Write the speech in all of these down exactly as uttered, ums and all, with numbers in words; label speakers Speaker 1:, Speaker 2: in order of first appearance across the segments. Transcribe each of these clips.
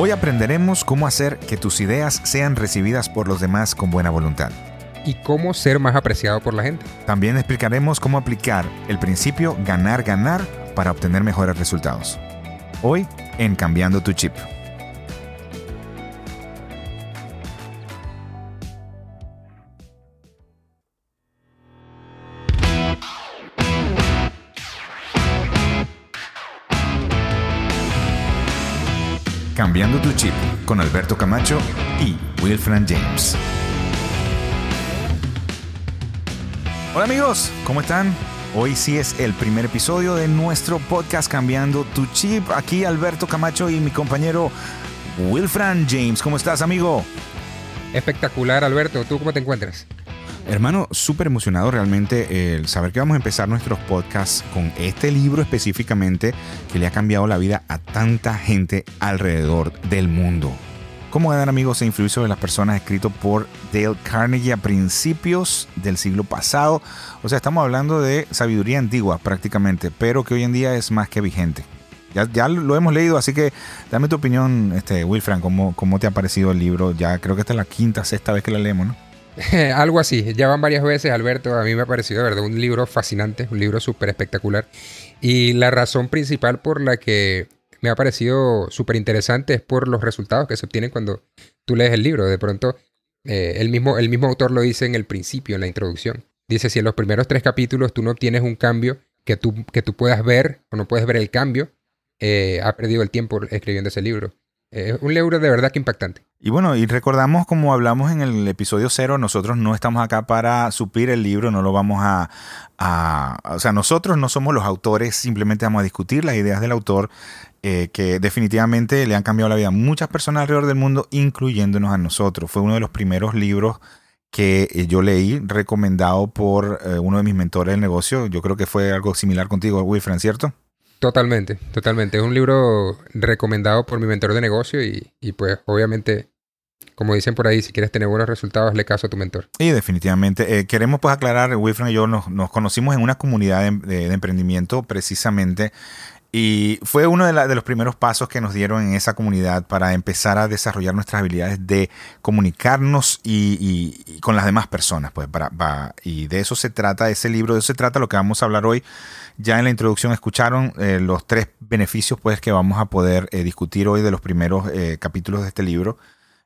Speaker 1: Hoy aprenderemos cómo hacer que tus ideas sean recibidas por los demás con buena voluntad.
Speaker 2: Y cómo ser más apreciado por la gente.
Speaker 1: También explicaremos cómo aplicar el principio ganar-ganar para obtener mejores resultados. Hoy en Cambiando tu Chip. Cambiando tu Chip con Alberto Camacho y Wilfran James. Hola amigos, ¿cómo están? Hoy sí es el primer episodio de nuestro podcast Cambiando tu Chip. Aquí Alberto Camacho y mi compañero Wilfran James. ¿Cómo estás, amigo?
Speaker 2: Espectacular, Alberto. ¿Tú cómo te encuentras?
Speaker 1: Hermano, súper emocionado realmente el saber que vamos a empezar nuestros podcasts con este libro específicamente que le ha cambiado la vida a tanta gente alrededor del mundo. Cómo ganar amigos e influir sobre las personas, escrito por Dale Carnegie a principios del siglo pasado. O sea, estamos hablando de sabiduría antigua prácticamente, pero que hoy en día es más que vigente. Ya, ya lo hemos leído, así que dame tu opinión, este, Wilfran, ¿cómo, cómo te ha parecido el libro? Ya creo que esta es la quinta, sexta vez que la leemos, ¿no?
Speaker 2: Algo así, ya van varias veces, Alberto. A mí me ha parecido de verdad un libro fascinante, un libro súper espectacular. Y la razón principal por la que me ha parecido súper interesante es por los resultados que se obtienen cuando tú lees el libro. De pronto, eh, el, mismo, el mismo autor lo dice en el principio, en la introducción. Dice, si en los primeros tres capítulos tú no obtienes un cambio que tú, que tú puedas ver o no puedes ver el cambio, eh, ha perdido el tiempo escribiendo ese libro. Es eh, un libro de verdad que impactante.
Speaker 1: Y bueno, y recordamos, como hablamos en el episodio cero, nosotros no estamos acá para suplir el libro, no lo vamos a, a... O sea, nosotros no somos los autores, simplemente vamos a discutir las ideas del autor eh, que definitivamente le han cambiado la vida a muchas personas alrededor del mundo, incluyéndonos a nosotros. Fue uno de los primeros libros que eh, yo leí, recomendado por eh, uno de mis mentores del negocio. Yo creo que fue algo similar contigo, Wilfran, ¿cierto?
Speaker 2: Totalmente, totalmente. Es un libro recomendado por mi mentor de negocio y, y pues obviamente, como dicen por ahí, si quieres tener buenos resultados, hazle caso a tu mentor.
Speaker 1: Y definitivamente. Eh, queremos pues aclarar, Wilfran y yo nos, nos conocimos en una comunidad de, de, de emprendimiento precisamente. Y fue uno de, la, de los primeros pasos que nos dieron en esa comunidad para empezar a desarrollar nuestras habilidades de comunicarnos y, y, y con las demás personas. Pues, para, para, y de eso se trata ese libro, de eso se trata lo que vamos a hablar hoy. Ya en la introducción escucharon eh, los tres beneficios pues, que vamos a poder eh, discutir hoy de los primeros eh, capítulos de este libro.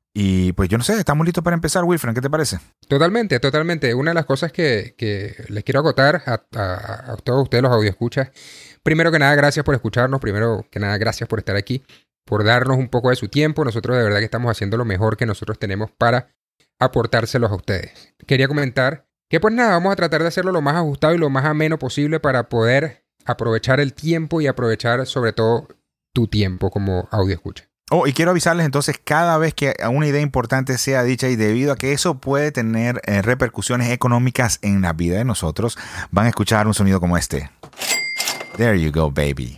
Speaker 1: Y pues yo no sé, estamos listos para empezar, Wilfran, ¿qué te parece?
Speaker 2: Totalmente, totalmente. Una de las cosas que, que les quiero acotar a, a, a todos ustedes los audioescuchas. Primero que nada, gracias por escucharnos. Primero que nada, gracias por estar aquí, por darnos un poco de su tiempo. Nosotros de verdad que estamos haciendo lo mejor que nosotros tenemos para aportárselos a ustedes. Quería comentar que pues nada, vamos a tratar de hacerlo lo más ajustado y lo más ameno posible para poder aprovechar el tiempo y aprovechar sobre todo tu tiempo como audioescucha.
Speaker 1: Oh, y quiero avisarles entonces cada vez que una idea importante sea dicha y debido a que eso puede tener eh, repercusiones económicas en la vida de nosotros, van a escuchar un sonido como este. There you go, baby.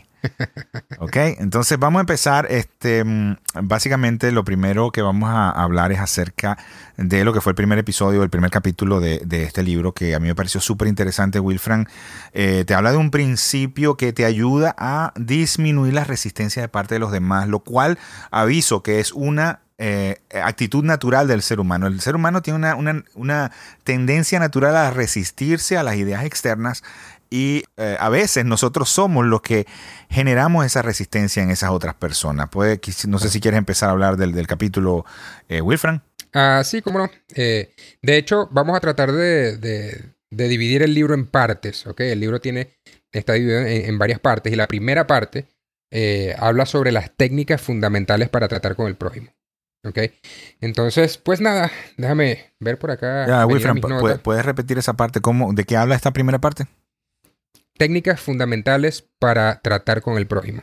Speaker 1: Ok, entonces vamos a empezar. Este, básicamente lo primero que vamos a hablar es acerca de lo que fue el primer episodio, el primer capítulo de, de este libro, que a mí me pareció súper interesante, Wilfran. Eh, te habla de un principio que te ayuda a disminuir la resistencia de parte de los demás, lo cual aviso que es una Eh, actitud natural del ser humano. El ser humano tiene una, una, una tendencia natural a resistirse a las ideas externas y eh, a veces nosotros somos los que generamos esa resistencia en esas otras personas. Puede, no sé si quieres empezar a hablar del, del capítulo, eh, Wilfran.
Speaker 2: Ah, sí, cómo no. Eh, de hecho, vamos a tratar de, de, de dividir el libro en partes. ¿Okay? El libro tiene, está dividido en, en varias partes y la primera parte eh, habla sobre las técnicas fundamentales para tratar con el prójimo. Ok, entonces, pues nada, déjame ver por acá.
Speaker 1: Ya, Wilfran, ¿puedes, ¿puedes repetir esa parte? ¿Cómo, ¿De qué habla esta primera parte?
Speaker 2: Técnicas fundamentales para tratar con el prójimo.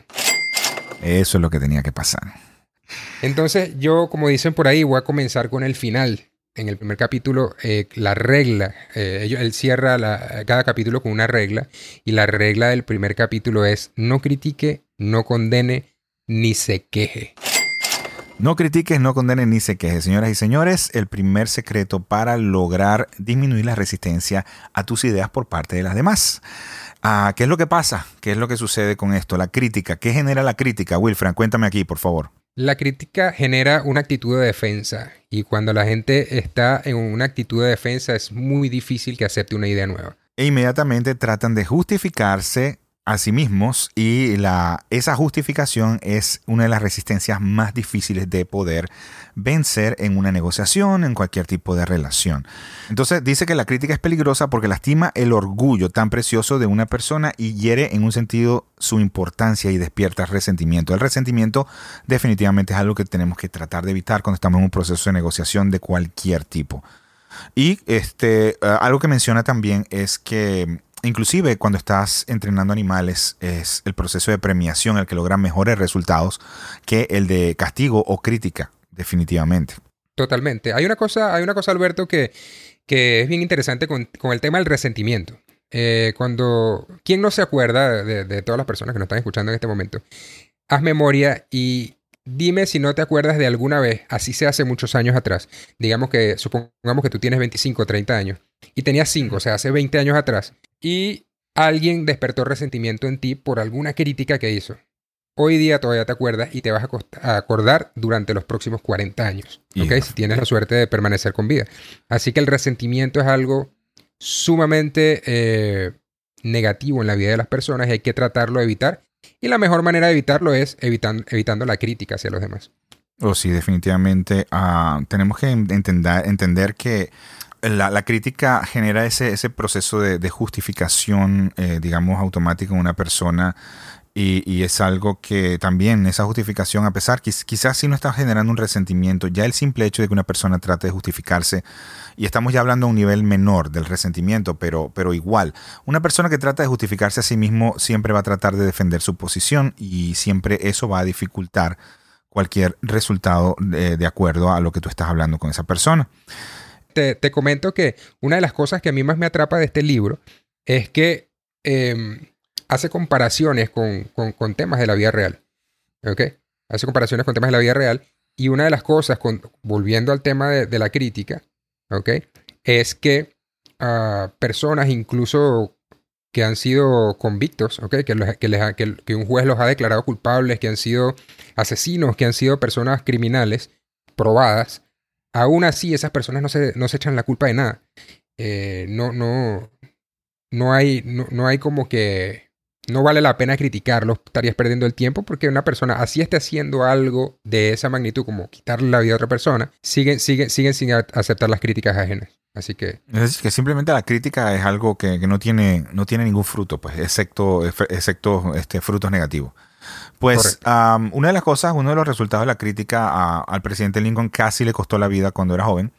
Speaker 1: Eso es lo que tenía que pasar.
Speaker 2: Entonces, yo, como dicen por ahí, voy a comenzar con el final. En el primer capítulo, eh, la regla, eh, él cierra la, cada capítulo con una regla, y la regla del primer capítulo es: no critique, no condene, ni se queje.
Speaker 1: No critiques, no condenes ni se quejes. Señoras y señores, el primer secreto para lograr disminuir la resistencia a tus ideas por parte de las demás. Ah, ¿qué es lo que pasa? ¿Qué es lo que sucede con esto? La crítica. ¿Qué genera la crítica? Wilfran, cuéntame aquí, por favor.
Speaker 2: La crítica genera una actitud de defensa y cuando la gente está en una actitud de defensa es muy difícil que acepte una idea nueva.
Speaker 1: E inmediatamente tratan de justificarse a sí mismos y la, esa justificación es una de las resistencias más difíciles de poder vencer en una negociación, en cualquier tipo de relación. Entonces dice que la crítica es peligrosa porque lastima el orgullo tan precioso de una persona y hiere en un sentido su importancia y despierta resentimiento. El resentimiento definitivamente es algo que tenemos que tratar de evitar cuando estamos en un proceso de negociación de cualquier tipo. Y este, uh, algo que menciona también es que inclusive cuando estás entrenando animales es el proceso de premiación el que logra mejores resultados que el de castigo o crítica, definitivamente.
Speaker 2: Totalmente. Hay una cosa, hay una cosa Alberto, que, que es bien interesante con, con el tema del resentimiento. Eh, cuando, ¿quién no se acuerda de, de todas las personas que nos están escuchando en este momento? Haz memoria y dime si no te acuerdas de alguna vez, así se hace muchos años atrás. Digamos que, supongamos que tú tienes veinticinco o treinta años y tenías cinco, o sea, hace veinte años atrás. Y alguien despertó resentimiento en ti por alguna crítica que hizo. Hoy día todavía te acuerdas y te vas a acordar durante los próximos cuarenta años. ¿Ok? Si tienes la suerte de permanecer con vida. Así que el resentimiento es algo sumamente eh, negativo en la vida de las personas y hay que tratarlo de evitar. Y la mejor manera de evitarlo es evitando, evitando la crítica hacia los demás.
Speaker 1: Oh, sí, definitivamente. Uh, tenemos que entender, entender que La, la crítica genera ese, ese proceso de, de justificación, eh, digamos, automático en una persona y, y es algo que también esa justificación, a pesar que quizás sí no está generando un resentimiento, ya el simple hecho de que una persona trate de justificarse, y estamos ya hablando a un nivel menor del resentimiento, pero, pero igual, una persona que trata de justificarse a sí mismo siempre va a tratar de defender su posición y siempre eso va a dificultar cualquier resultado de, de acuerdo a lo que tú estás hablando con esa persona.
Speaker 2: Te, te comento que una de las cosas que a mí más me atrapa de este libro es que eh, hace comparaciones con, con, con temas de la vida real. ¿Ok? Hace comparaciones con temas de la vida real. Y una de las cosas, con, volviendo al tema de, de la crítica, ¿ok? Es que uh, personas incluso que han sido convictos, ¿ok? Que, los, que, les, que, que un juez los ha declarado culpables, que han sido asesinos, que han sido personas criminales probadas, aún así, esas personas no se, no se echan la culpa de nada. Eh, no, no, no, hay, no, no hay como que... No vale la pena criticarlos, estarías perdiendo el tiempo porque una persona, así esté haciendo algo de esa magnitud como quitarle la vida a otra persona, siguen, siguen, siguen sin aceptar las críticas ajenas. Así que...
Speaker 1: Es decir, que simplemente la crítica es algo que, que no, tiene, no tiene ningún fruto, pues, excepto, excepto este, frutos negativos. Pues um, una de las cosas, uno de los resultados de la crítica a, al presidente Lincoln casi le costó la vida cuando era joven.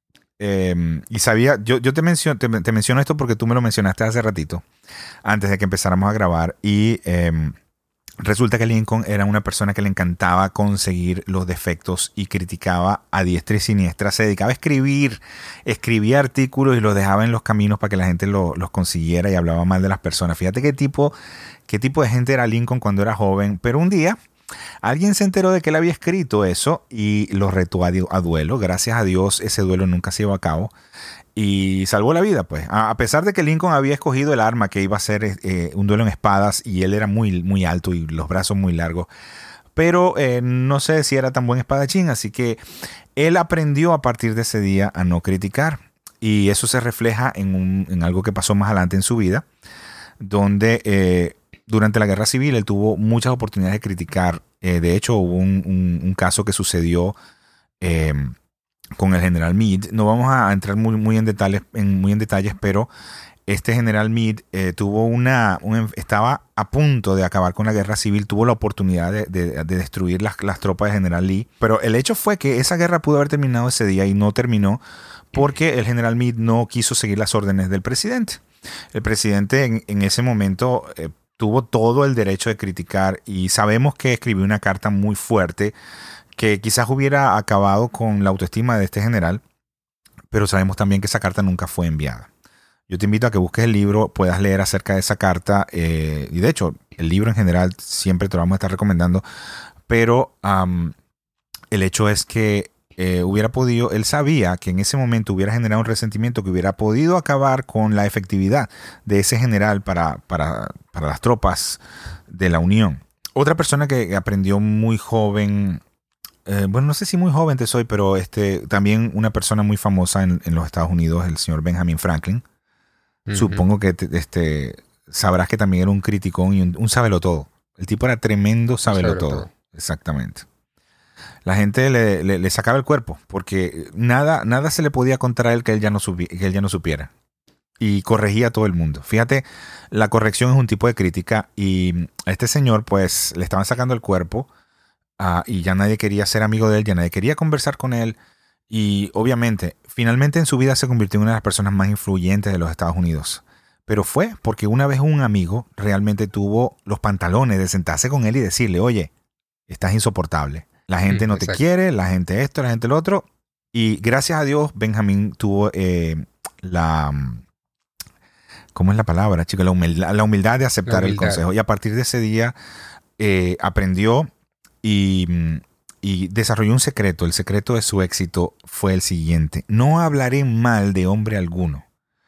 Speaker 1: Eh, y sabía, yo, yo te, menciono, te, te menciono esto porque tú me lo mencionaste hace ratito, antes de que empezáramos a grabar. Y eh, resulta que Lincoln era una persona que le encantaba conseguir los defectos y criticaba a diestra y siniestra. Se dedicaba a escribir, escribía artículos y los dejaba en los caminos para que la gente lo, los consiguiera y hablaba mal de las personas. Fíjate qué tipo, qué tipo de gente era Lincoln cuando era joven. Pero un día alguien se enteró de que él había escrito eso y lo retó a, a duelo. Gracias a Dios ese duelo nunca se llevó a cabo y salvó la vida, pues. A pesar de que Lincoln había escogido el arma que iba a ser eh, un duelo en espadas y él era muy, muy alto y los brazos muy largos, pero eh, no sé si era tan buen espadachín, así que él aprendió a partir de ese día a no criticar y eso se refleja en, un, en algo que pasó más adelante en su vida, donde... Eh, Durante la Guerra Civil él tuvo muchas oportunidades de criticar. Eh, de hecho, hubo un, un, un caso que sucedió eh, con el general Meade. No vamos a entrar muy, muy, en, detalles, en, muy en detalles, pero este general Meade eh, tuvo una, un, estaba a punto de acabar con la Guerra Civil. Tuvo la oportunidad de, de, de destruir las, las tropas del general Lee. Pero el hecho fue que esa guerra pudo haber terminado ese día y no terminó porque el general Meade no quiso seguir las órdenes del presidente. El presidente en, en ese momento... Eh, tuvo todo el derecho de criticar y sabemos que escribió una carta muy fuerte que quizás hubiera acabado con la autoestima de este general, pero sabemos también que esa carta nunca fue enviada. Yo te invito a que busques el libro, puedas leer acerca de esa carta eh, y de hecho el libro en general siempre te lo vamos a estar recomendando, pero um, el hecho es que Eh, hubiera podido, él sabía que en ese momento hubiera generado un resentimiento que hubiera podido acabar con la efectividad de ese general para, para, para las tropas de la Unión. Otra persona que aprendió muy joven eh, bueno, no sé si muy joven te soy, pero este, también una persona muy famosa en, en los Estados Unidos, el señor Benjamin Franklin.
Speaker 2: Ujú.
Speaker 1: Supongo que te- este, sabrás que también era un criticón y un, un sábelotodo. El tipo era tremendo
Speaker 2: Un saberlo
Speaker 1: sábelotodo.
Speaker 2: todo.
Speaker 1: Exactamente. La gente le, le- le sacaba el cuerpo porque nada, nada se le podía contar a él que él ya no, supi- que él ya no supiera. Y corregía a todo el mundo. Fíjate, la corrección es un tipo de crítica y a este señor pues le estaban sacando el cuerpo, ah, y ya nadie quería ser amigo de él, ya nadie quería conversar con él. Y obviamente, finalmente en su vida se convirtió en una de las personas más influyentes de los Estados Unidos. Pero fue porque una vez un amigo realmente tuvo los pantalones de sentarse con él y decirle, oye, estás insoportable. La gente
Speaker 2: Mm,
Speaker 1: no te
Speaker 2: exacto.
Speaker 1: quiere, la gente esto, la gente lo otro. Y gracias a Dios, Benjamín tuvo eh, la... ¿Cómo es la palabra, chico? La humildad, la humildad de
Speaker 2: La
Speaker 1: aceptar el
Speaker 2: humildad.
Speaker 1: consejo. Y a partir de ese día eh, aprendió y, y desarrolló un secreto. El secreto de su éxito fue el siguiente. No hablaré mal de hombre alguno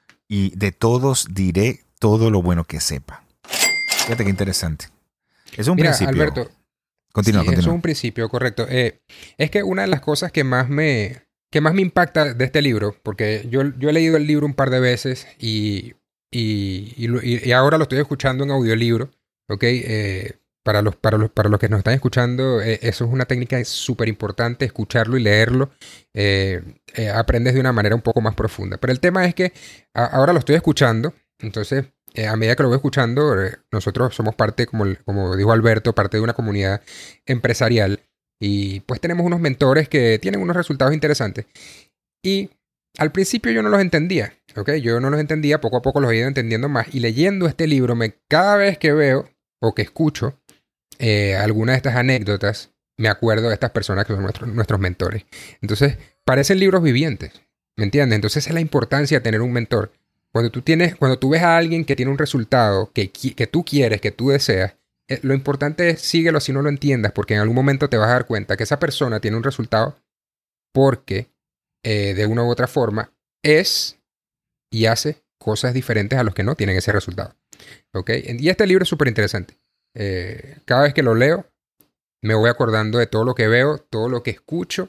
Speaker 1: y de todos diré todo lo bueno que sepa. Fíjate qué interesante. Es un
Speaker 2: Mira,
Speaker 1: principio.
Speaker 2: Alberto,
Speaker 1: Continúa,
Speaker 2: sí, eso es
Speaker 1: continúa.
Speaker 2: un principio, correcto. Eh, es que una de las cosas que más me, que más me impacta de este libro, porque yo, yo he leído el libro un par de veces y, y, y lo- y- y ahora lo estoy escuchando en audiolibro, ¿ok? Eh, para los, para los, para los que nos están escuchando, eh, eso es una técnica súper importante, escucharlo y leerlo. eh, eh, aprendes de una manera un poco más profunda. Pero el tema es que a- ahora lo estoy escuchando, entonces eh, a medida que lo voy escuchando, eh, nosotros somos parte, como, el- como dijo Alberto, parte de una comunidad empresarial y pues tenemos unos mentores que tienen unos resultados interesantes. Y al principio yo no los entendía, ¿ok? Yo no los entendía, poco a poco los he ido entendiendo más y leyendo este libro, me, cada vez que veo o que escucho eh, alguna de estas anécdotas, me acuerdo de estas personas que son nuestros, nuestros mentores. Entonces, parecen libros vivientes, ¿me entiendes? Entonces, esa es la importancia de tener un mentor. Cuando tú, tienes, cuando tú ves a alguien que tiene un resultado que, qui- que tú quieres, que tú deseas, eh, lo importante es síguelo si no lo entiendas, porque en algún momento te vas a dar cuenta que esa persona tiene un resultado porque, eh, de una u otra forma, es y hace cosas diferentes a los que no tienen ese resultado. ¿Ok? Y este libro es súper interesante. Eh, cada vez que lo leo, me voy acordando de todo lo que veo, todo lo que escucho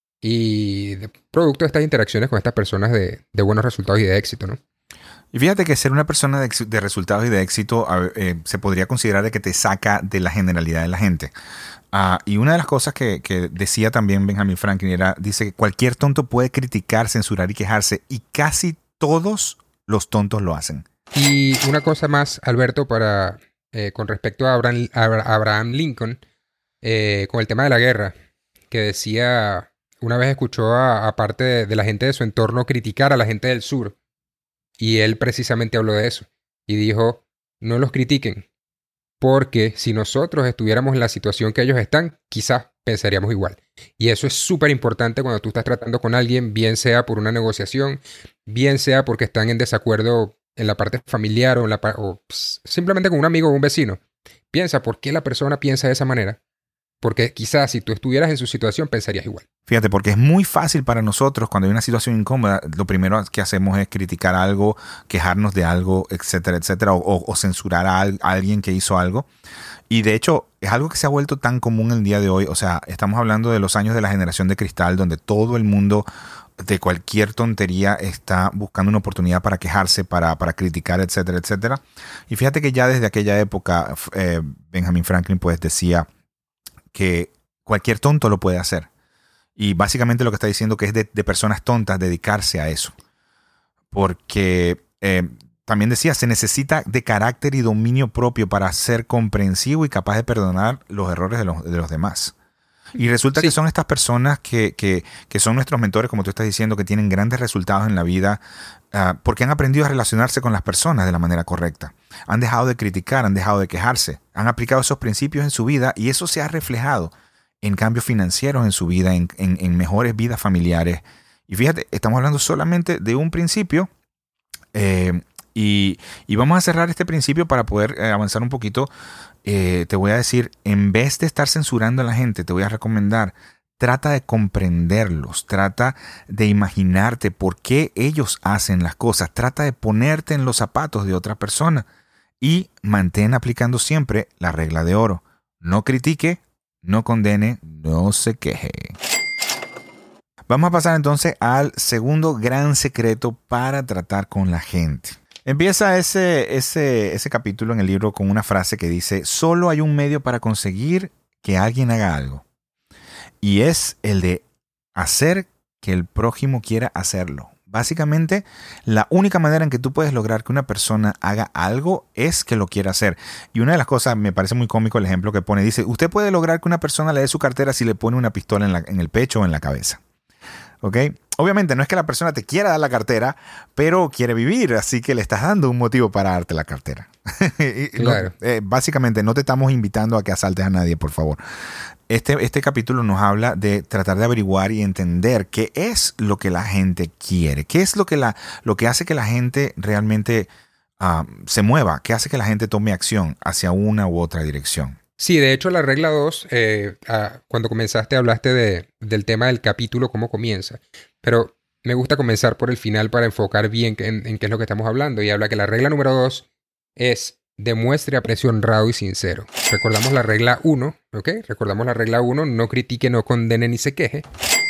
Speaker 2: y de producto de estas interacciones con estas personas de, de buenos resultados y de éxito, ¿no?
Speaker 1: Y fíjate que ser una persona de, ex- de resultados y de éxito a ver, eh, se podría considerar de que te saca de la generalidad de la gente. Ah, y una de las cosas que, que decía también Benjamin Franklin era, dice que cualquier tonto puede criticar, censurar y quejarse y casi todos los tontos lo hacen.
Speaker 2: Y una cosa más, Alberto, para eh, con respecto a Abraham, a Abraham Lincoln, eh, con el tema de la guerra, que decía, una vez escuchó a, a parte de, de la gente de su entorno criticar a la gente del sur, y él precisamente habló de eso, y dijo, no los critiquen, porque si nosotros estuviéramos en la situación que ellos están, quizás pensaríamos igual. Y eso es súper importante cuando tú estás tratando con alguien, bien sea por una negociación, bien sea porque están en desacuerdo en la parte familiar o, en la, pa- o ps, simplemente con un amigo o un vecino. Piensa por qué la persona piensa de esa manera, porque quizás si tú estuvieras en su situación pensarías igual.
Speaker 1: Fíjate, porque es muy fácil para nosotros cuando hay una situación incómoda, lo primero que hacemos es criticar algo, quejarnos de algo, etcétera, etcétera, o, o- o censurar a, al- a alguien que hizo algo. Y de hecho, es algo que se ha vuelto tan común el día de hoy. O sea, estamos hablando de los años de la generación de cristal, donde todo el mundo de cualquier tontería está buscando una oportunidad para quejarse, para, para criticar, etcétera, etcétera. Y fíjate que ya desde aquella época, f- eh, Benjamin Franklin pues decía que cualquier tonto lo puede hacer. Y básicamente lo que está diciendo que es de, de personas tontas dedicarse a eso. Porque eh, también decía, se necesita de carácter y dominio propio para ser comprensivo y capaz de perdonar los errores de los, de los demás. Y resulta que
Speaker 2: Sí,
Speaker 1: son estas personas que, que, que son nuestros mentores, como tú estás diciendo, que tienen grandes resultados en la vida, uh, porque han aprendido a relacionarse con las personas de la manera correcta. Han dejado de criticar, han dejado de quejarse, han aplicado esos principios en su vida y eso se ha reflejado en cambios financieros en su vida, en, en, en mejores vidas familiares. Y fíjate, estamos hablando solamente de un principio. Eh, y, y vamos a cerrar este principio para poder eh, avanzar un poquito. Eh, te voy a decir, en vez de estar censurando a la gente, te voy a recomendar, trata de comprenderlos, trata de imaginarte por qué ellos hacen las cosas, trata de ponerte en los zapatos de otra persona y mantén aplicando siempre la regla de oro. No critique, no condene, no se queje. Vamos a pasar entonces al segundo gran secreto para tratar con la gente. Empieza ese, ese, ese capítulo en el libro con una frase que dice: solo hay un medio para conseguir que alguien haga algo. Y es el de hacer que el prójimo quiera hacerlo. Básicamente, la única manera en que tú puedes lograr que una persona haga algo es que lo quiera hacer. Y una de las cosas, me parece muy cómico el ejemplo que pone, dice: usted puede lograr que una persona le dé su cartera si le pone una pistola en, la, en el pecho o en la cabeza. ¿Ok? Obviamente no es que la persona te quiera dar la cartera, pero quiere vivir, así que le estás dando un motivo para darte la cartera.
Speaker 2: Claro.
Speaker 1: No, eh, básicamente no te estamos invitando a que asaltes a nadie, por favor. Este, este capítulo nos habla de tratar de averiguar y entender qué es lo que la gente quiere, qué es lo que, la, lo que hace que la gente realmente uh, se mueva, qué hace que la gente tome acción hacia una u otra dirección.
Speaker 2: Sí, de hecho la regla dos, eh, ah, cuando comenzaste hablaste de, del tema del capítulo, cómo comienza, pero me gusta comenzar por el final para enfocar bien en, en qué es lo que estamos hablando, y habla que la regla número dos es: demuestre aprecio honrado y sincero. Recordamos la regla uno, ¿ok? Recordamos la regla uno, no critique, no condene ni se queje.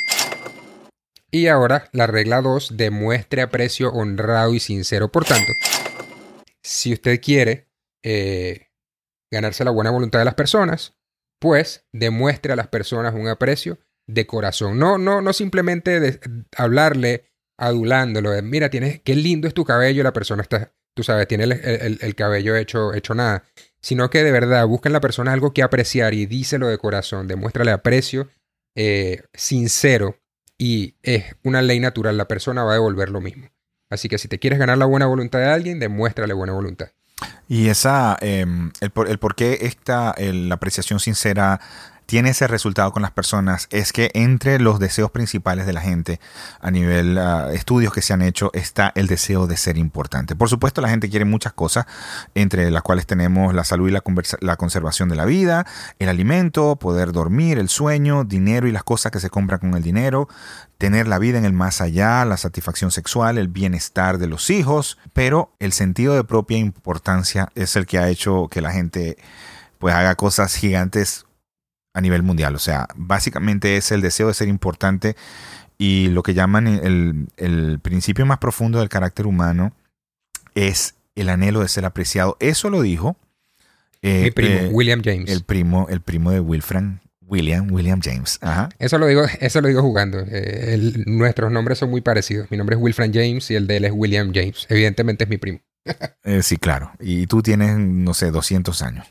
Speaker 2: Y ahora la regla dos, demuestre aprecio honrado y sincero. Por tanto, si usted quiere eh, ganarse la buena voluntad de las personas, pues demuestre a las personas un aprecio de corazón. No, no, no simplemente de hablarle adulándolo. De, mira, tienes, qué lindo es tu cabello, la persona está, tú sabes, tiene el, el, el cabello hecho, hecho nada. Sino que de verdad busca en la persona algo que apreciar y díselo de corazón. Demuéstrale aprecio eh, sincero y es una ley natural. La persona va a devolver lo mismo. Así que si te quieres ganar la buena voluntad de alguien, demuéstrale buena voluntad.
Speaker 1: Y esa, eh, el, por, el por qué esta, el, la apreciación sincera tiene ese resultado con las personas es que entre los deseos principales de la gente a nivel uh, estudios que se han hecho está el deseo de ser importante. Por supuesto, la gente quiere muchas cosas, entre las cuales tenemos la salud y la, la conservación de la vida, el alimento, poder dormir, el sueño, dinero y las cosas que se compran con el dinero, tener la vida en el más allá, la satisfacción sexual, el bienestar de los hijos, pero el sentido de propia importancia es el que ha hecho que la gente pues haga cosas gigantes a nivel mundial. O sea, básicamente es el deseo de ser importante y lo que llaman el, el principio más profundo del carácter humano es el anhelo de ser apreciado. Eso lo dijo
Speaker 2: eh, mi primo,
Speaker 1: eh,
Speaker 2: William James.
Speaker 1: El primo, el primo de Wilfran, William, William James. Ajá.
Speaker 2: Eso lo digo, eso lo digo jugando. Eh, el, nuestros nombres son muy parecidos. Mi nombre es Wilfran James y el de él es William James. Evidentemente es mi primo.
Speaker 1: eh, sí, claro. Y tú tienes, no sé, doscientos años.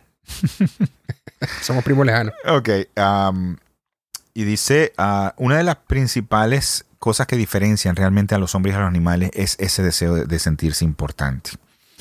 Speaker 2: Somos primos lejanos.
Speaker 1: Ok. Um, y dice, uh, una de las principales cosas que diferencian realmente a los hombres y a los animales es ese deseo de, de sentirse importante.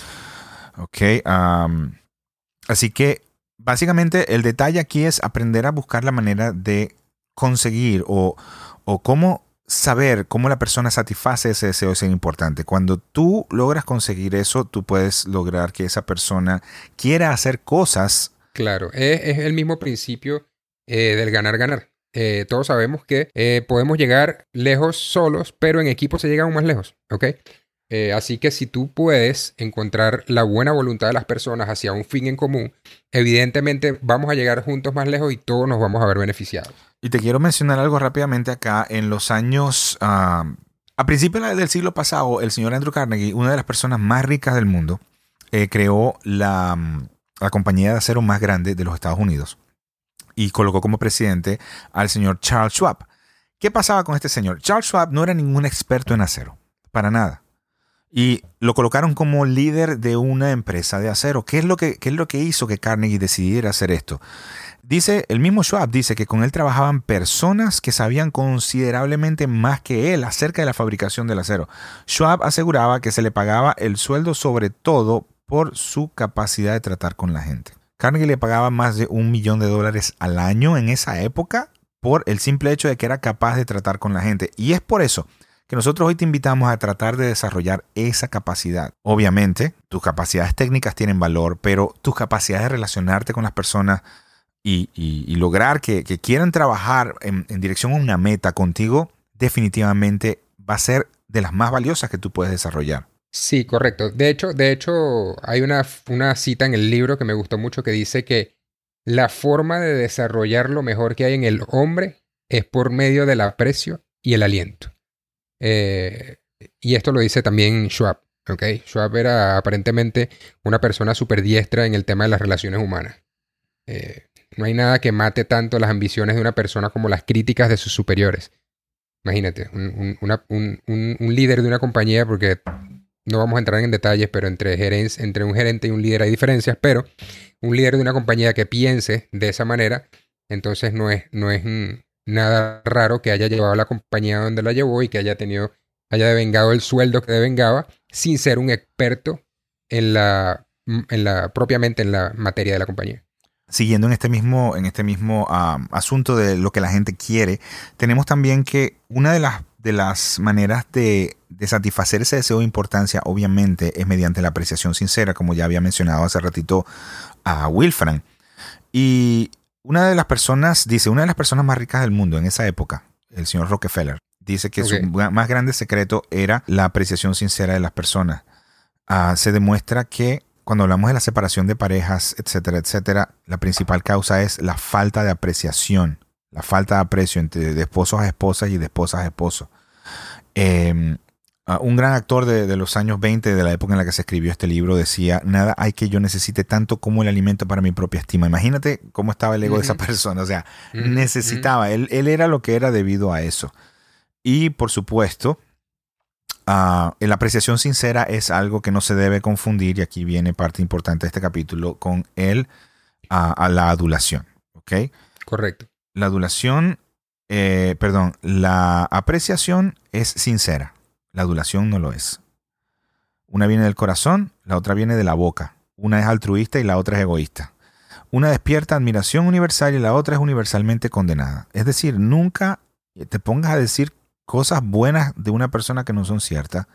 Speaker 1: Ok. Um, así que, básicamente, el detalle aquí es aprender a buscar la manera de conseguir o, o cómo saber cómo la persona satisface ese deseo de ser importante. Cuando tú logras conseguir eso, tú puedes lograr que esa persona quiera hacer cosas.
Speaker 2: Claro, es, es el mismo principio eh, del ganar-ganar. Eh, todos sabemos que eh, podemos llegar lejos solos, pero en equipo se llega aún más lejos, ¿ok? Eh, así que si tú puedes encontrar la buena voluntad de las personas hacia un fin en común, evidentemente vamos a llegar juntos más lejos y todos nos vamos a ver beneficiados.
Speaker 1: Y te quiero mencionar algo rápidamente acá. En los años, uh, a principios del siglo pasado, el señor Andrew Carnegie, una de las personas más ricas del mundo, eh, creó la... la compañía de acero más grande de los Estados Unidos y colocó como presidente al señor Charles Schwab. ¿Qué pasaba con este señor? Charles Schwab no era ningún experto en acero, para nada. Y lo colocaron como líder de una empresa de acero. ¿Qué es lo que, qué es lo que hizo que Carnegie decidiera hacer esto? Dice, el mismo Schwab dice que con él trabajaban personas que sabían considerablemente más que él acerca de la fabricación del acero. Schwab aseguraba que se le pagaba el sueldo sobre todo por su capacidad de tratar con la gente. Carnegie le pagaba más de un millón de dólares al año en esa época por el simple hecho de que era capaz de tratar con la gente. Y es por eso que nosotros hoy te invitamos a tratar de desarrollar esa capacidad. Obviamente, tus capacidades técnicas tienen valor, pero tus capacidades de relacionarte con las personas y, y, y lograr que, que quieran trabajar en, en dirección a una meta contigo, definitivamente va a ser de las más valiosas que tú puedes desarrollar.
Speaker 2: Sí, correcto. De hecho, de hecho hay una, una cita en el libro que me gustó mucho que dice que la forma de desarrollar lo mejor que hay en el hombre es por medio del aprecio y el aliento. Eh, y esto lo dice también Schwab. ¿Okay? Schwab era aparentemente una persona súper diestra en el tema de las relaciones humanas. Eh, no hay nada que mate tanto las ambiciones de una persona como las críticas de sus superiores. Imagínate, un, un, una, un, un, un líder de una compañía, porque no vamos a entrar en detalles, pero entre, gerencia, entre un gerente y un líder hay diferencias, pero un líder de una compañía que piense de esa manera, entonces no es, no es mm, nada raro que haya llevado a la compañía donde la llevó y que haya tenido, haya devengado el sueldo que devengaba sin ser un experto en la, en la, propiamente en la materia de la compañía.
Speaker 1: Siguiendo en este mismo, en este mismo um, asunto de lo que la gente quiere, tenemos también que una de las, de las maneras de, de satisfacer ese deseo de importancia, obviamente, es mediante la apreciación sincera, como ya había mencionado hace ratito a Wilfran. Y una de las personas, dice, una de las personas más ricas del mundo en esa época, el señor Rockefeller, dice que okay. su más grande secreto era la apreciación sincera de las personas. Uh, se demuestra que cuando hablamos de la separación de parejas, etcétera, etcétera, la principal causa es la falta de apreciación, la falta de aprecio entre de esposos a esposas y de esposas a esposos. Eh, uh, un gran actor de, de los años veinte, de la época en la que se escribió este libro, decía, nada hay que yo necesite tanto como el alimento para mi propia estima. Imagínate cómo estaba el ego uh-huh. de esa persona. O sea, uh-huh. necesitaba, él, él era lo que era debido a eso. Y por supuesto, Uh, la apreciación sincera es algo que no se debe confundir, y aquí viene parte importante de este capítulo, con el, uh, a la adulación. ¿Okay?
Speaker 2: Correcto.
Speaker 1: La adulación, eh, perdón, la apreciación es sincera, la adulación no lo es. Una viene del corazón, la otra viene de la boca. Una es altruista y la otra es egoísta. Una despierta admiración universal y la otra es universalmente condenada. Es decir, nunca te pongas a decir cosas buenas de una persona que no son ciertas,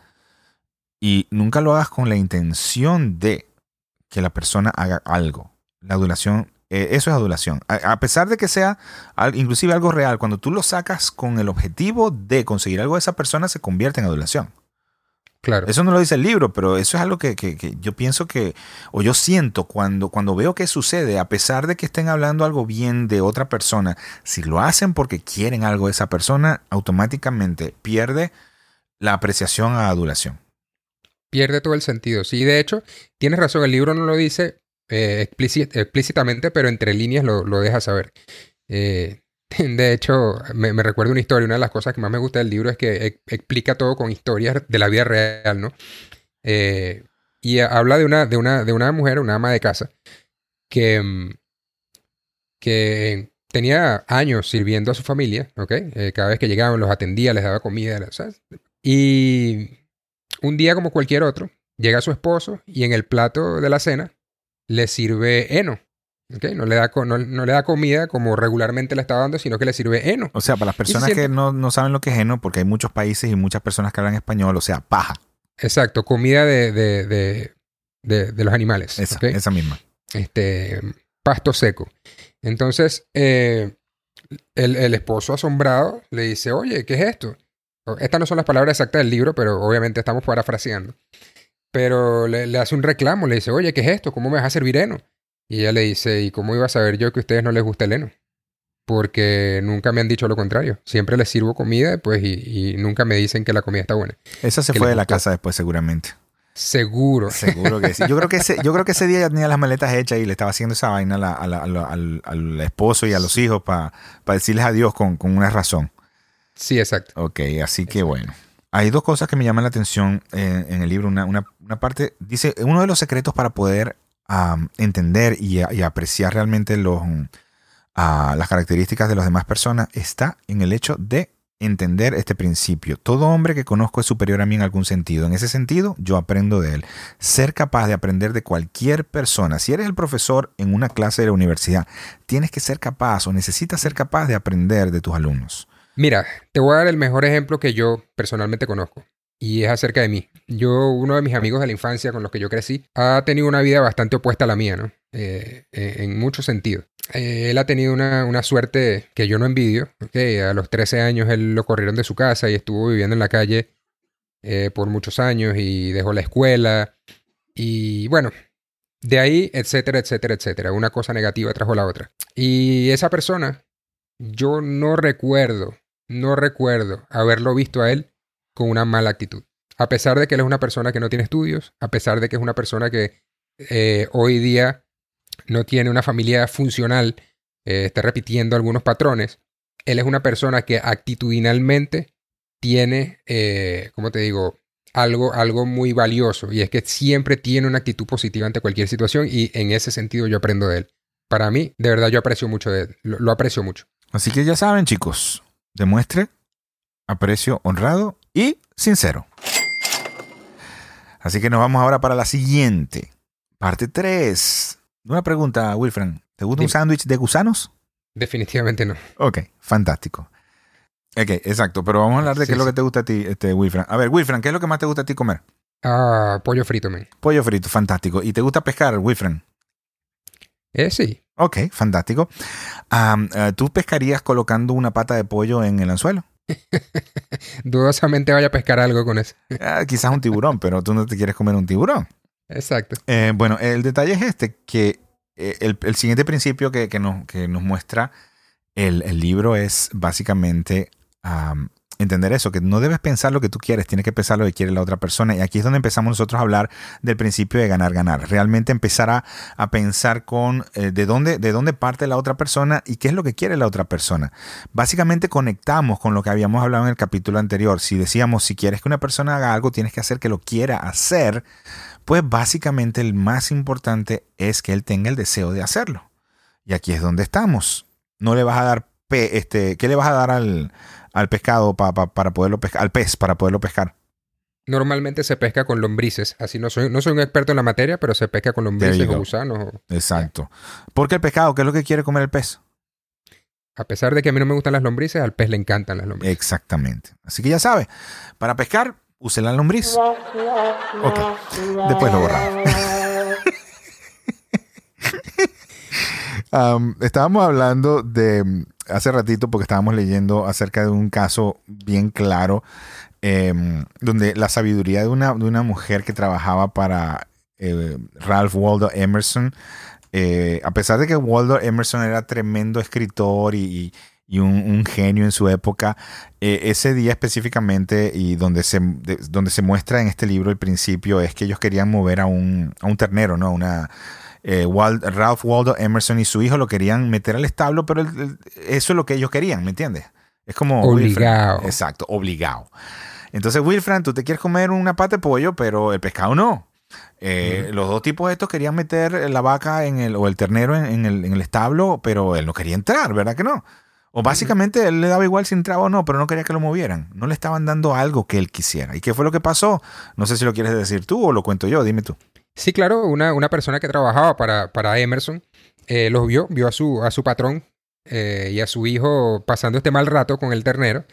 Speaker 1: y nunca lo hagas con la intención de que la persona haga algo. La adulación, eh, eso es adulación. A, a pesar de que sea al, inclusive algo real, cuando tú lo sacas con el objetivo de conseguir algo de esa persona, se convierte en adulación.
Speaker 2: Claro.
Speaker 1: Eso no lo dice el libro, pero eso es algo que, que, que yo pienso que, o yo siento cuando, cuando veo que sucede, a pesar de que estén hablando algo bien de otra persona, si lo hacen porque quieren algo de esa persona, automáticamente pierde la apreciación a adulación.
Speaker 2: Pierde todo el sentido. Sí, de hecho, tienes razón, el libro no lo dice eh, explícit, explícitamente, pero entre líneas lo, lo deja saber. Eh, De hecho, me, me recuerda una historia. Una de las cosas que más me gusta del libro es que e- explica todo con historias de la vida real, ¿no? Eh, y habla de una, de, una, de una mujer, una ama de casa, que, que tenía años sirviendo a su familia, ¿ok? Eh, cada vez que llegaban los atendía, les daba comida, ¿sabes? Y un día, como cualquier otro, llega su esposo y en el plato de la cena le sirve heno. Okay, no, le da, no, no le da comida como regularmente le estaba dando, sino que le sirve heno.
Speaker 1: O sea, para las personas siente... que no, no saben lo que es heno, porque hay muchos países y muchas personas que hablan español, o sea, paja.
Speaker 2: Exacto, comida de, de, de, de, de los animales.
Speaker 1: Esa,
Speaker 2: ¿okay?
Speaker 1: esa misma.
Speaker 2: Este, pasto seco. Entonces, eh, el, el esposo asombrado le dice, oye, ¿qué es esto? Estas no son las palabras exactas del libro, pero obviamente estamos parafraseando. Pero le, le hace un reclamo, le dice, oye, ¿qué es esto? ¿Cómo me vas a servir heno? Y ella le dice, ¿y cómo iba a saber yo que a ustedes no les gusta el heno? Porque nunca me han dicho lo contrario. Siempre les sirvo comida, pues, y, y nunca me dicen que la comida está buena.
Speaker 1: Esa se fue de la casa después, seguramente.
Speaker 2: Seguro.
Speaker 1: Seguro que sí. Yo creo que ese, yo creo que ese día ya tenía las maletas hechas y le estaba haciendo esa vaina a la, a la, a la, al, al esposo y a los hijos para pa decirles adiós con, con una razón.
Speaker 2: Sí, exacto.
Speaker 1: Ok, así que
Speaker 2: exacto.
Speaker 1: bueno. Hay dos cosas que me llaman la atención en, en el libro. Una, una, una parte, dice, uno de los secretos para poder um, entender y, y apreciar realmente los, uh, las características de las demás personas está en el hecho de entender este principio. Todo hombre que conozco es superior a mí en algún sentido. En ese sentido, yo aprendo de él. Ser capaz de aprender de cualquier persona. Si eres el profesor en una clase de la universidad, tienes que ser capaz o necesitas ser capaz de aprender de tus alumnos.
Speaker 2: Mira, te voy a dar el mejor ejemplo que yo personalmente conozco. Y es acerca de mí. Yo, uno de mis amigos de la infancia con los que yo crecí, ha tenido una vida bastante opuesta a la mía, ¿no? Eh, eh, en muchos sentidos. Eh, él ha tenido una, una suerte que yo no envidio. ¿Okay? A los trece años él lo corrieron de su casa y estuvo viviendo en la calle eh, por muchos años y dejó la escuela. Y bueno, De ahí, etcétera, etcétera, etcétera. Una cosa negativa tras la otra. Y esa persona, yo no recuerdo, no recuerdo haberlo visto a él con una mala actitud. A pesar de que él es una persona que no tiene estudios, a pesar de que es una persona que eh, hoy día no tiene una familia funcional, eh, está repitiendo algunos patrones, él es una persona que actitudinalmente tiene, eh, ¿cómo te digo? Algo, algo muy valioso, y es que siempre tiene una actitud positiva ante cualquier situación, y en ese sentido yo aprendo de él. Para mí, de verdad, yo aprecio mucho de él, lo, lo aprecio mucho.
Speaker 1: Así que ya saben, chicos, demuestre aprecio honrado y sincero. Así que nos vamos ahora para la siguiente, parte tres. Una pregunta, Wilfran, ¿te gusta
Speaker 2: Dime.
Speaker 1: un sándwich de gusanos?
Speaker 2: Definitivamente no.
Speaker 1: Ok, fantástico. Ok, exacto, pero vamos a hablar de
Speaker 2: Sí,
Speaker 1: qué es lo
Speaker 2: sí.
Speaker 1: que te gusta a ti, este, Wilfran. A ver, Wilfran, ¿qué es lo que más te gusta a ti comer?
Speaker 2: Ah, pollo frito, man.
Speaker 1: Pollo frito, fantástico. ¿Y te gusta pescar, Wilfran?
Speaker 2: Eh, sí.
Speaker 1: Ok, fantástico. Um, uh, ¿Tú pescarías colocando una pata de pollo en el anzuelo?
Speaker 2: Dudosamente vaya a pescar algo con eso.
Speaker 1: Ah, quizás un tiburón, pero tú no te quieres comer un tiburón.
Speaker 2: Exacto.
Speaker 1: Eh, bueno, el detalle es este, que eh, el, el siguiente principio que, que, nos, que nos muestra el, el libro es básicamente um, entender eso, que no debes pensar lo que tú quieres, tienes que pensar lo que quiere la otra persona. Y aquí es donde empezamos nosotros a hablar del principio de ganar, ganar. Realmente empezar a, a pensar con eh, de, dónde, de dónde parte la otra persona y qué es lo que quiere la otra persona. Básicamente conectamos con lo que habíamos hablado en el capítulo anterior. Si decíamos, si quieres que una persona haga algo, tienes que hacer que lo quiera hacer. Pues básicamente el más importante es que él tenga el deseo de hacerlo. Y aquí es donde estamos. No le vas a dar, pe este, ¿qué le vas a dar al, al pescado pa, pa, para poderlo pescar, al pez para poderlo pescar?
Speaker 2: Normalmente se pesca con lombrices. Así no soy, no soy un experto en la materia, pero se pesca con lombrices o gusanos. O...
Speaker 1: Exacto. Porque el pescado, ¿qué es lo que quiere comer el pez?
Speaker 2: A pesar de que a mí no me gustan las lombrices, al pez le encantan las lombrices.
Speaker 1: Exactamente. Así que ya sabe, para pescar, use la lombriz. Ok. Después lo borramos. Um, estábamos hablando de hace ratito porque estábamos leyendo acerca de un caso bien claro eh, donde la sabiduría de una, de una mujer que trabajaba para eh, Ralph Waldo Emerson, eh, a pesar de que Waldo Emerson era tremendo escritor y, y un, un genio en su época, eh, ese día específicamente y donde se, de, donde se muestra en este libro el principio es que ellos querían mover a un, a un ternero, ¿no? Una... Eh, Wald, Ralph Waldo Emerson y su hijo lo querían meter al establo, pero el, el, eso es lo que ellos querían, ¿me entiendes? Es como
Speaker 2: obligado.
Speaker 1: Wilfran. Exacto, obligado. Entonces, Wilfran, tú te quieres comer una pata de pollo, pero el pescado no. Eh, uh-huh. Los dos tipos estos querían meter la vaca en el, o el ternero en, en, el, en el establo, pero él no quería entrar, ¿verdad que no? O básicamente uh-huh. él le daba igual si entraba o no, pero no quería que lo movieran. No le estaban dando algo que él quisiera. ¿Y qué fue lo que pasó? No sé si lo quieres decir tú o lo cuento yo, dime tú.
Speaker 2: Sí, claro, una, una persona que trabajaba para, para Emerson eh, los vio, vio a su, a su patrón eh, y a su hijo pasando este mal rato con el ternero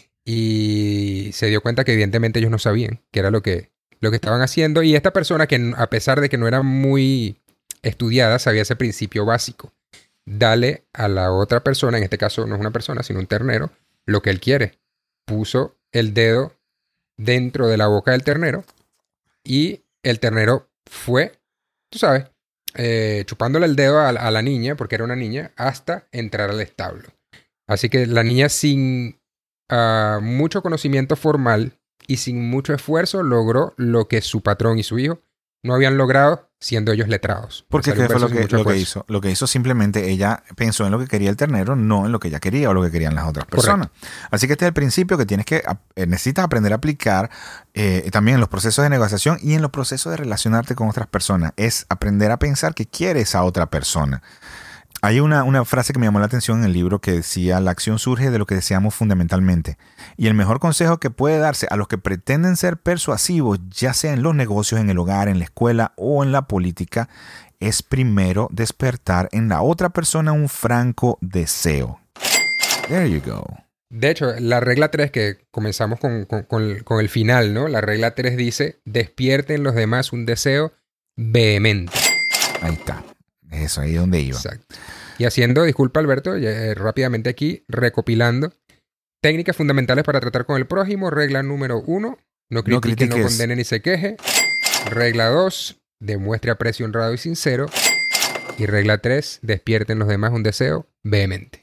Speaker 2: y se dio cuenta que evidentemente ellos no sabían qué era lo que, lo que estaban haciendo, y esta persona, que a pesar de que no era muy estudiada, sabía ese principio básico: dale a la otra persona, en este caso no es una persona sino un ternero, lo que él quiere. Puso el dedo dentro de la boca del ternero y el ternero fue, tú sabes, eh, chupándole el dedo a, a la niña, porque era una niña, hasta entrar al establo. Así que la niña, sin uh, mucho conocimiento formal y sin mucho esfuerzo, logró lo que su patrón y su hijo no habían logrado siendo ellos letrados.
Speaker 1: Porque ¿qué fue lo que, lo que hizo? Lo que hizo simplemente, ella pensó en lo que quería el ternero, no en lo que ella quería o lo que querían las otras personas. Correcto. Así que este es el principio que tienes que, necesitas aprender a aplicar eh, también en los procesos de negociación y en los procesos de relacionarte con otras personas. Es aprender a pensar que quieres a otra persona. Hay una, una frase que me llamó la atención en el libro que decía: la acción surge de lo que deseamos fundamentalmente. Y el mejor consejo que puede darse a los que pretenden ser persuasivos, ya sea en los negocios, en el hogar, en la escuela o en la política, es primero despertar en la otra persona un franco deseo. There you go.
Speaker 2: De hecho, la regla tres, que comenzamos con, con, con, con el final, ¿no? La regla tres dice: despierten en los demás un deseo vehemente.
Speaker 1: Ahí está. Eso, ahí es donde iba.
Speaker 2: Exacto. Y haciendo, disculpa Alberto, eh, rápidamente aquí, recopilando técnicas fundamentales para tratar con el prójimo. Regla número uno: no critique, no, no condene ni se queje. Regla dos: demuestre aprecio honrado y sincero. Y regla tres, despierte en los demás un deseo vehemente.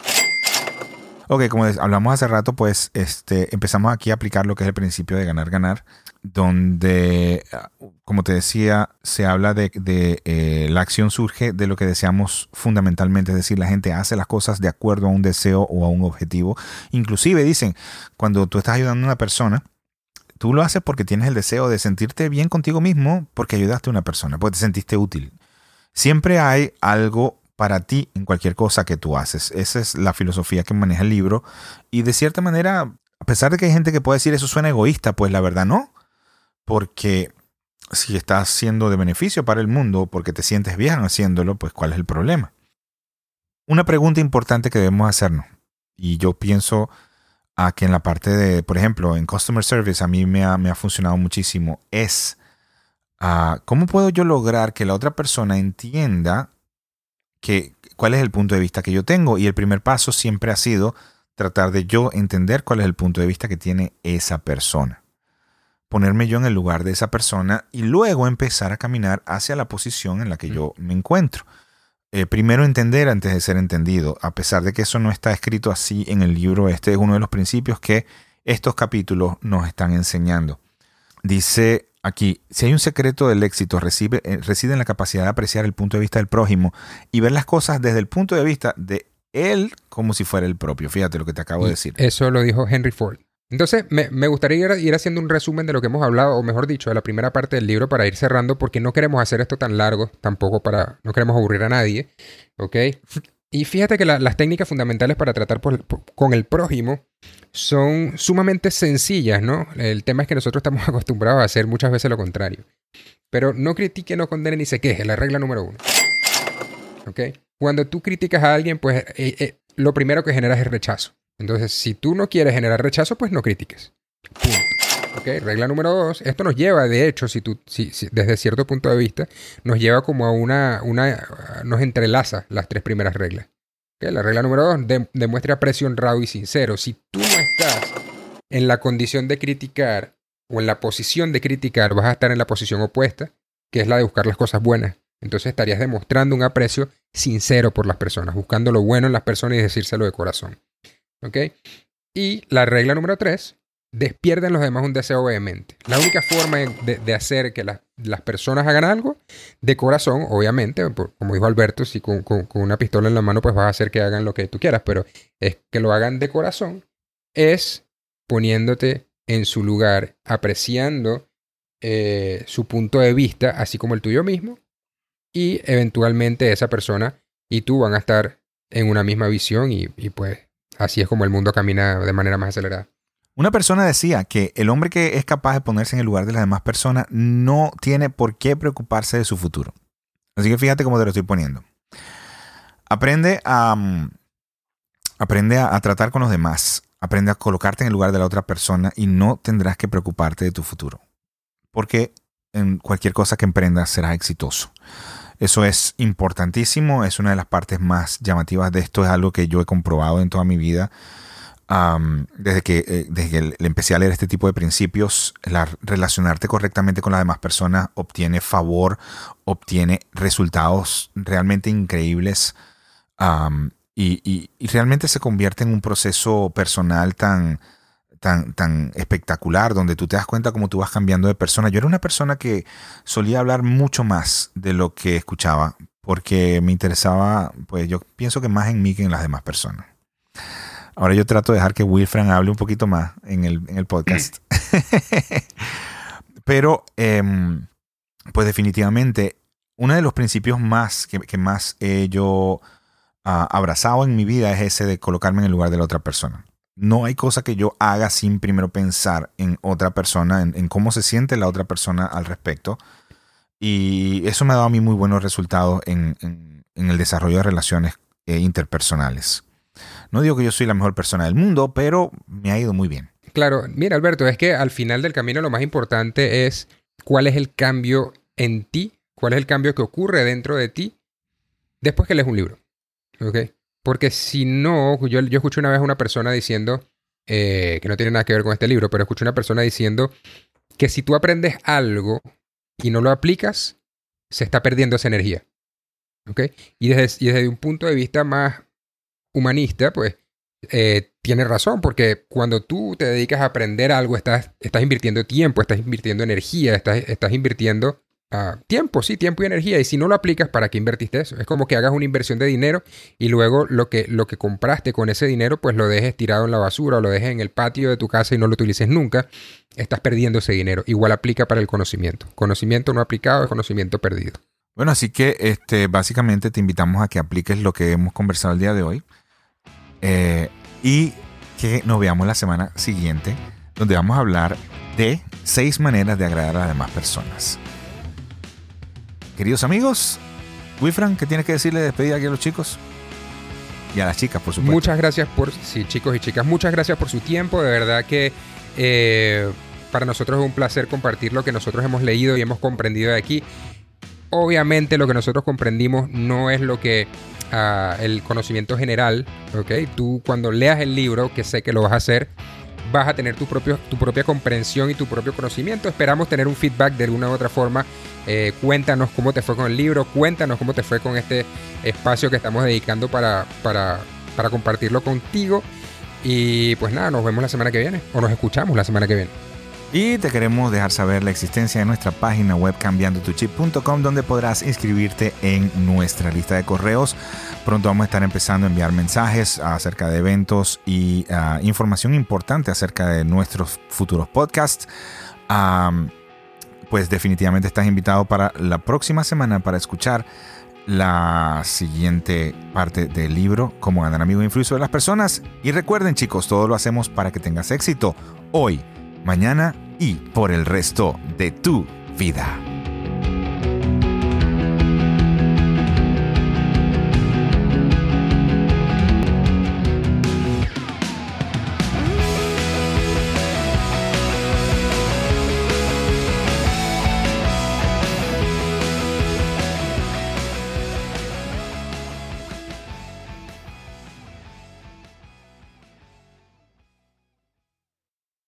Speaker 1: Ok, como hablamos hace rato, pues este, empezamos aquí a aplicar lo que es el principio de ganar-ganar, donde, como te decía, se habla de, de eh, la acción surge de lo que deseamos fundamentalmente, es decir, la gente hace las cosas de acuerdo a un deseo o a un objetivo. Inclusive dicen, cuando tú estás ayudando a una persona, tú lo haces porque tienes el deseo de sentirte bien contigo mismo porque ayudaste a una persona, porque te sentiste útil. Siempre hay algo para ti en cualquier cosa que tú haces. Esa es la filosofía que maneja el libro. Y de cierta manera, a pesar de que hay gente que puede decir eso suena egoísta, pues la verdad no. Porque si estás siendo de beneficio para el mundo, porque te sientes bien haciéndolo, pues ¿cuál es el problema? Una pregunta importante que debemos hacernos, y yo pienso a que en la parte de, por ejemplo, en Customer Service a mí me ha, me ha funcionado muchísimo, es uh, ¿cómo puedo yo lograr que la otra persona entienda que, cuál es el punto de vista que yo tengo? Y el primer paso siempre ha sido tratar de yo entender cuál es el punto de vista que tiene esa persona. Ponerme yo en el lugar de esa persona y luego empezar a caminar hacia la posición en la que yo me encuentro. Eh, primero entender antes de ser entendido. A pesar de que eso no está escrito así en el libro, este es uno de los principios que estos capítulos nos están enseñando. Dice aquí, si hay un secreto del éxito, recibe, eh, reside en la capacidad de apreciar el punto de vista del prójimo y ver las cosas desde el punto de vista de él como si fuera el propio. Fíjate lo que te acabo de decir.
Speaker 2: Eso lo dijo Henry Ford. Entonces, me, me gustaría ir, ir haciendo un resumen de lo que hemos hablado, o mejor dicho, de la primera parte del libro para ir cerrando, porque no queremos hacer esto tan largo, tampoco para, no queremos aburrir a nadie, ¿ok? Y fíjate que la, las técnicas fundamentales para tratar por, por, con el prójimo son sumamente sencillas, ¿no? El tema es que nosotros estamos acostumbrados a hacer muchas veces lo contrario. Pero no critique, no condene ni se queje, la regla número uno. ¿Ok? Cuando tú criticas a alguien, pues eh, eh, lo primero que generas es rechazo. Entonces, si tú no quieres generar rechazo, pues no critiques. Punto. ¿Ok? Regla número dos. Esto nos lleva, de hecho, si tú, si, si, desde cierto punto de vista, nos lleva como a una, una nos entrelaza las tres primeras reglas. ¿Ok? La regla número dos, de, demuestre aprecio honrado y sincero. Si tú no estás en la condición de criticar o en la posición de criticar, vas a estar en la posición opuesta, que es la de buscar las cosas buenas. Entonces estarías demostrando un aprecio sincero por las personas, buscando lo bueno en las personas y decírselo de corazón. ¿Ok? Y la regla número tres, despierta en los demás un deseo vehemente. La única forma de, de hacer que la, las personas hagan algo, de corazón, obviamente, por, como dijo Alberto, si con, con, con una pistola en la mano pues vas a hacer que hagan lo que tú quieras, pero es que lo hagan de corazón, es poniéndote en su lugar, apreciando eh, su punto de vista, así como el tuyo mismo, y eventualmente esa persona y tú van a estar en una misma visión y, y pues así es como el mundo camina de manera más acelerada.
Speaker 1: Una persona decía que el hombre que es capaz de ponerse en el lugar de las demás personas no tiene por qué preocuparse de su futuro. Así que fíjate cómo te lo estoy poniendo. Aprende a, um, aprende a, a tratar con los demás. Aprende a colocarte en el lugar de la otra persona y no tendrás que preocuparte de tu futuro. Porque en cualquier cosa que emprendas serás exitoso. Eso es importantísimo, es una de las partes más llamativas de esto, es algo que yo he comprobado en toda mi vida. Um, desde que, eh, desde que le empecé a leer este tipo de principios, la, relacionarte correctamente con las demás personas obtiene favor, obtiene resultados realmente increíbles um, y, y, y realmente se convierte en un proceso personal tan... Tan, tan espectacular, donde tú te das cuenta cómo tú vas cambiando de persona. Yo era una persona que solía hablar mucho más de lo que escuchaba, porque me interesaba, pues yo pienso que más en mí que en las demás personas. Ahora yo trato de dejar que Wilfran hable un poquito más en el, en el podcast. Pero, eh, pues definitivamente, uno de los principios más que, que más he yo uh, abrazado en mi vida es ese de colocarme en el lugar de la otra persona. No hay cosa que yo haga sin primero pensar en otra persona, en, en cómo se siente la otra persona al respecto. Y eso me ha dado a mí muy buenos resultados en, en, en el desarrollo de relaciones eh, interpersonales. No digo que yo soy la mejor persona del mundo, pero me ha ido muy bien.
Speaker 2: Claro, mira Alberto, es que al final del camino lo más importante es cuál es el cambio en ti, cuál es el cambio que ocurre dentro de ti después que lees un libro. ¿Ok? Porque si no, yo, yo escuché una vez a una persona diciendo, eh, que no tiene nada que ver con este libro, pero escuché una persona diciendo que si tú aprendes algo y no lo aplicas, se está perdiendo esa energía. ¿Ok? Y desde, y desde un punto de vista más humanista, pues eh, tiene razón, porque cuando tú te dedicas a aprender algo, estás, estás invirtiendo tiempo, estás invirtiendo energía, estás, estás invirtiendo uh, tiempo, sí, tiempo y energía. Y si no lo aplicas, ¿para qué invertiste eso? Es como que hagas una inversión de dinero y luego lo que, lo que compraste con ese dinero, pues lo dejes tirado en la basura o lo dejes en el patio de tu casa y no lo utilices nunca. Estás perdiendo ese dinero. Igual aplica para el conocimiento. Conocimiento no aplicado es conocimiento perdido.
Speaker 1: Bueno, así que este, básicamente te invitamos a que apliques lo que hemos conversado el día de hoy eh, y que nos veamos la semana siguiente, donde vamos a hablar de seis maneras de agradar a las demás personas. Queridos amigos, Wilfran, ¿qué tienes que decirle de despedida aquí a los chicos? Y a las chicas, por supuesto.
Speaker 2: Muchas gracias por, sí, chicos y chicas, muchas gracias por su tiempo. De verdad que eh, para nosotros es un placer compartir lo que nosotros hemos leído y hemos comprendido de aquí. Obviamente lo que nosotros comprendimos no es lo que uh, el conocimiento general, ¿ok? Tú cuando leas el libro, que sé que lo vas a hacer, vas a tener tu, propio, tu propia comprensión y tu propio conocimiento. Esperamos tener un feedback de alguna u otra forma. Eh, cuéntanos cómo te fue con el libro, cuéntanos cómo te fue con este espacio que estamos dedicando para, para, para compartirlo contigo. Y pues nada, nos vemos la semana que viene, o nos escuchamos la semana que viene.
Speaker 1: Y te queremos dejar saber la existencia de nuestra página web cambiando tu chip punto com, donde podrás inscribirte en nuestra lista de correos. Pronto vamos a estar empezando a enviar mensajes acerca de eventos y uh, información importante acerca de nuestros futuros podcasts. Um, pues definitivamente estás invitado para la próxima semana para escuchar la siguiente parte del libro, Cómo ganar amigos e influir sobre las personas. Y recuerden, chicos, todo lo hacemos para que tengas éxito hoy, mañana y por el resto de tu vida.